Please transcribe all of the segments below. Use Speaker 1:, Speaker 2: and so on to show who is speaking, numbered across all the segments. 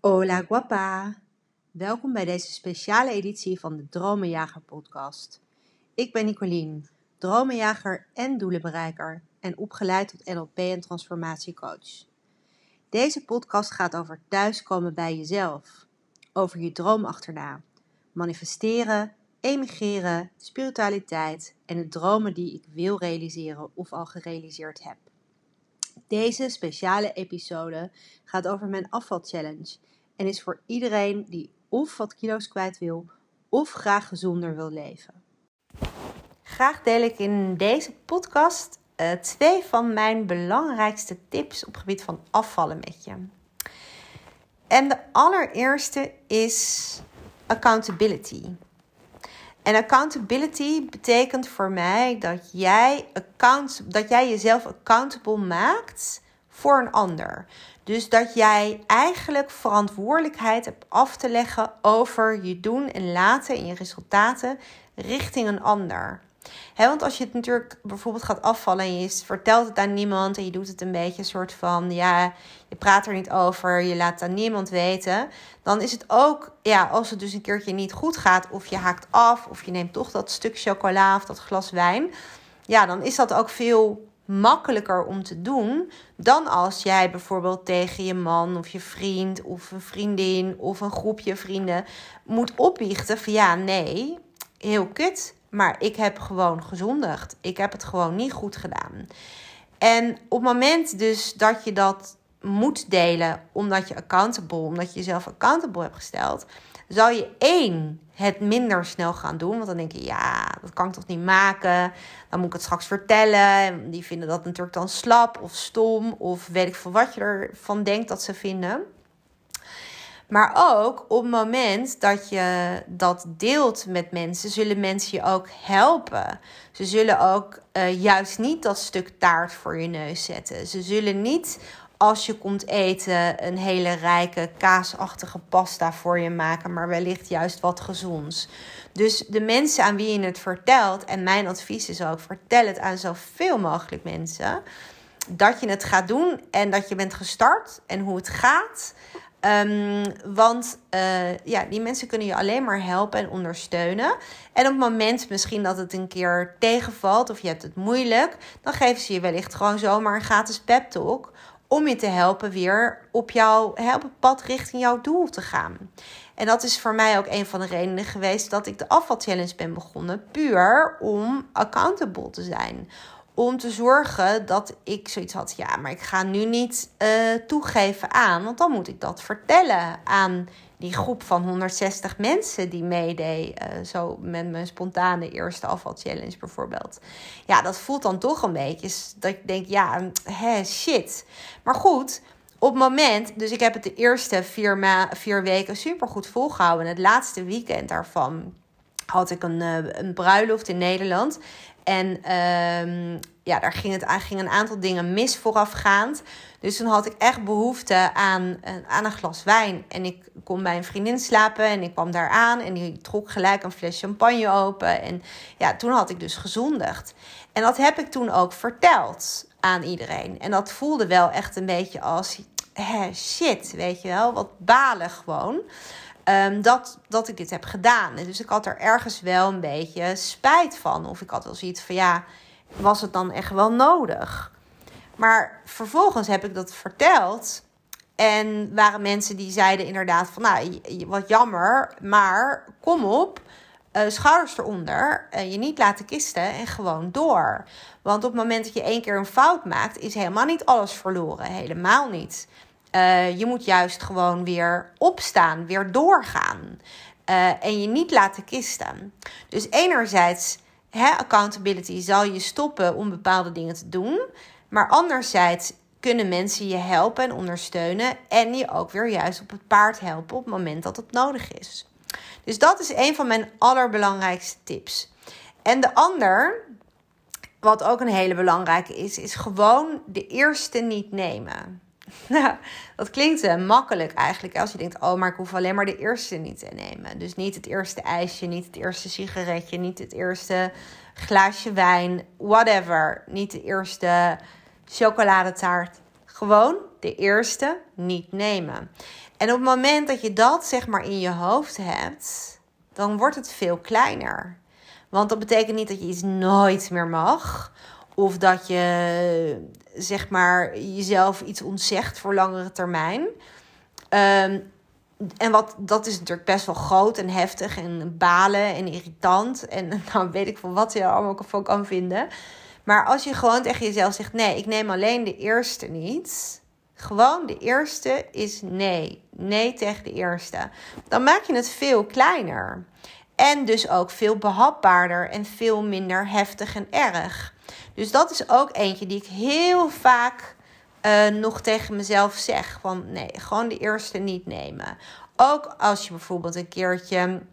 Speaker 1: Hola guapa! Welkom bij deze speciale editie van de Dromenjager podcast. Ik ben Nicolien, dromenjager en doelenbereiker en opgeleid tot NLP en transformatiecoach. Deze podcast gaat over thuiskomen bij jezelf, over je droom achterna, manifesteren, emigreren, spiritualiteit en de dromen die ik wil realiseren of al gerealiseerd heb. Deze speciale episode gaat over mijn afvalchallenge en is voor iedereen die of wat kilo's kwijt wil of graag gezonder wil leven. Graag deel ik in deze podcast 2 van mijn belangrijkste tips op het gebied van afvallen met je. En de allereerste is accountability. En accountability betekent voor mij dat jij jezelf accountable maakt voor een ander. Dus dat jij eigenlijk verantwoordelijkheid hebt af te leggen over je doen en laten en je resultaten richting een ander. Want als je het natuurlijk bijvoorbeeld gaat afvallen en je vertelt het aan niemand en je doet het een beetje een soort van, je praat er niet over, je laat het aan niemand weten. Dan is het ook, als het dus een keertje niet goed gaat of je haakt af of je neemt toch dat stuk chocola of dat glas wijn. Dan is dat ook veel makkelijker om te doen dan als jij bijvoorbeeld tegen je man of je vriend of een vriendin of een groepje vrienden moet opbiechten van nee, heel kut. Maar ik heb gewoon gezondigd. Ik heb het gewoon niet goed gedaan. En op het moment dus dat je dat moet delen, omdat je jezelf accountable hebt gesteld, zal je het minder snel gaan doen. Want dan denk je, dat kan ik toch niet maken. Dan moet ik het straks vertellen. Die vinden dat natuurlijk dan slap of stom of weet ik veel wat je ervan denkt dat ze vinden. Maar ook op het moment dat je dat deelt met mensen, zullen mensen je ook helpen. Ze zullen ook juist niet dat stuk taart voor je neus zetten. Ze zullen niet, als je komt eten, een hele rijke kaasachtige pasta voor je maken, maar wellicht juist wat gezonds. Dus de mensen aan wie je het vertelt, en mijn advies is ook, vertel het aan zoveel mogelijk mensen, dat je het gaat doen en dat je bent gestart en hoe het gaat. Want die mensen kunnen je alleen maar helpen en ondersteunen. En op het moment misschien dat het een keer tegenvalt of je hebt het moeilijk, dan geven ze je wellicht gewoon zomaar een gratis pep talk om je te helpen weer op het pad richting jouw doel te gaan. En dat is voor mij ook een van de redenen geweest dat ik de afvalchallenge ben begonnen, puur om accountable te zijn. Om te zorgen dat ik zoiets had, maar ik ga nu niet toegeven aan, want dan moet ik dat vertellen aan die groep van 160 mensen die meedeed, zo met mijn spontane eerste afvalchallenge bijvoorbeeld. Dat voelt dan toch een beetje dat ik denk, shit. Maar goed, op het moment, dus ik heb het de eerste 4 weken supergoed volgehouden. En het laatste weekend daarvan had ik een bruiloft in Nederland. En daar ging een aantal dingen mis voorafgaand. Dus toen had ik echt behoefte aan een glas wijn. En ik kon bij een vriendin slapen en ik kwam daar aan. En die trok gelijk een fles champagne open. En toen had ik dus gezondigd. En dat heb ik toen ook verteld aan iedereen. En dat voelde wel echt een beetje als shit, weet je wel. Wat balen gewoon. Dat ik dit heb gedaan. En dus ik had er ergens wel een beetje spijt van. Of ik had wel zoiets van, was het dan echt wel nodig? Maar vervolgens heb ik dat verteld. En waren mensen die zeiden inderdaad van, wat jammer. Maar kom op, schouders eronder. Je niet laten kisten en gewoon door. Want op het moment dat je 1 keer een fout maakt, is helemaal niet alles verloren. Helemaal niet. Je moet juist gewoon weer opstaan, weer doorgaan. En je niet laten kisten. Dus enerzijds, accountability zal je stoppen om bepaalde dingen te doen. Maar anderzijds kunnen mensen je helpen en ondersteunen. En je ook weer juist op het paard helpen op het moment dat het nodig is. Dus dat is een van mijn allerbelangrijkste tips. En de ander, wat ook een hele belangrijke is gewoon de eerste niet nemen. Dat klinkt makkelijk eigenlijk als je denkt, maar ik hoef alleen maar de eerste niet te nemen. Dus niet het eerste ijsje, niet het eerste sigaretje, niet het eerste glaasje wijn, whatever. Niet de eerste chocoladetaart. Gewoon de eerste niet nemen. En op het moment dat je dat zeg maar in je hoofd hebt, dan wordt het veel kleiner. Want dat betekent niet dat je iets nooit meer mag. Of dat je zeg maar jezelf iets ontzegt voor langere termijn. En dat is natuurlijk best wel groot en heftig en balen en irritant. En nou weet ik veel wat je er allemaal van kan vinden. Maar als je gewoon tegen jezelf zegt, nee, ik neem alleen de eerste niet. Gewoon de eerste is nee. Nee tegen de eerste. Dan maak je het veel kleiner. En dus ook veel behapbaarder en veel minder heftig en erg. Dus dat is ook eentje die ik heel vaak nog tegen mezelf zeg. Van nee, gewoon de eerste niet nemen. Ook als je bijvoorbeeld een keertje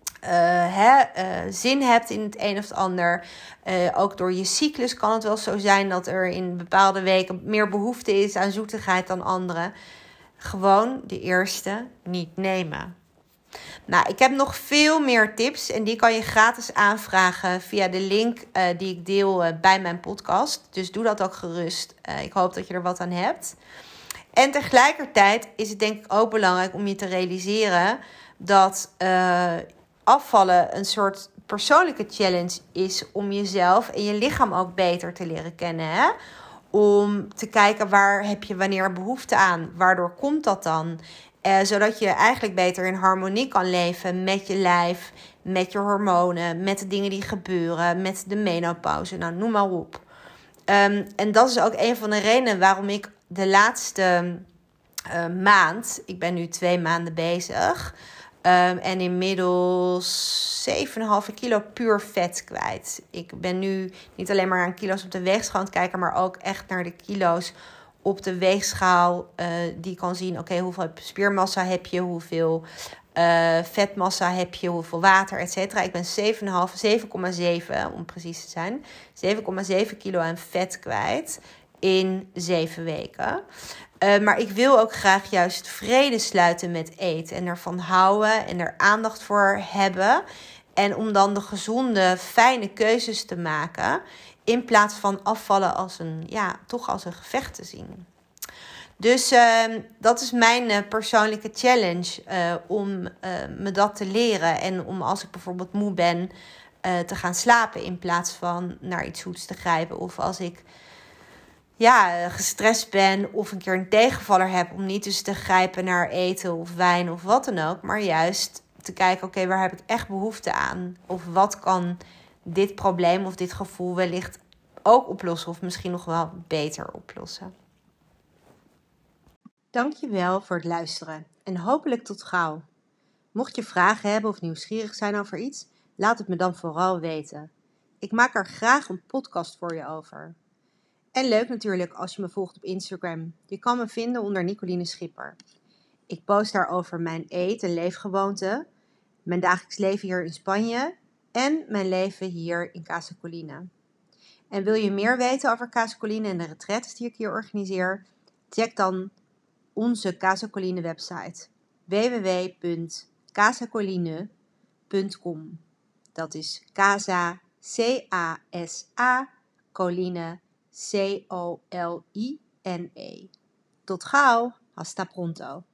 Speaker 1: zin hebt in het een of het ander. Ook door je cyclus kan het wel zo zijn dat er in bepaalde weken meer behoefte is aan zoetigheid dan andere. Gewoon de eerste niet nemen. Nou, ik heb nog veel meer tips en die kan je gratis aanvragen via de link die ik deel bij mijn podcast. Dus doe dat ook gerust. Ik hoop dat je er wat aan hebt. En tegelijkertijd is het denk ik ook belangrijk om je te realiseren dat afvallen een soort persoonlijke challenge is om jezelf en je lichaam ook beter te leren kennen. Hè? Om te kijken waar heb je wanneer behoefte aan, waardoor komt dat dan? Zodat je eigenlijk beter in harmonie kan leven met je lijf, met je hormonen, met de dingen die gebeuren, met de menopauze, nou noem maar op. En dat is ook een van de redenen waarom ik de laatste maand, ik ben nu 2 maanden bezig, en inmiddels 7,5 kilo puur vet kwijt. Ik ben nu niet alleen maar aan kilo's op de weegschaal aan het kijken, maar ook echt naar de kilo's op de weegschaal. Die kan zien, oké, hoeveel spiermassa heb je, hoeveel vetmassa heb je, hoeveel water, et cetera. Ik ben 7,7 om precies te zijn. 7,7 kilo aan vet kwijt in 7 weken. Maar ik wil ook graag juist vrede sluiten met eten. En ervan houden en er aandacht voor hebben. En om dan de gezonde, fijne keuzes te maken. In plaats van afvallen als toch als een gevecht te zien. Dus dat is mijn persoonlijke challenge. Om me dat te leren. En om als ik bijvoorbeeld moe ben te gaan slapen. In plaats van naar iets zoets te grijpen. Of als ik gestrest ben of een keer een tegenvaller heb, om niet dus te grijpen naar eten of wijn of wat dan ook, maar juist te kijken, oké, waar heb ik echt behoefte aan? Of wat kan dit probleem of dit gevoel wellicht ook oplossen of misschien nog wel beter oplossen? Dankjewel voor het luisteren en hopelijk tot gauw. Mocht je vragen hebben of nieuwsgierig zijn over iets, laat het me dan vooral weten. Ik maak er graag een podcast voor je over. En leuk natuurlijk als je me volgt op Instagram. Je kan me vinden onder Nicoline Schipper. Ik post daarover mijn eet- en leefgewoonten, mijn dagelijks leven hier in Spanje en mijn leven hier in Casa Colina. En wil je meer weten over Casa Colina en de retraites die ik hier organiseer? Check dan onze Casa Colina website www.casacoline.com. Dat is Casa, C-A-S-A, Coline, C-O-L-I-N-E. Tot gauw, hasta pronto.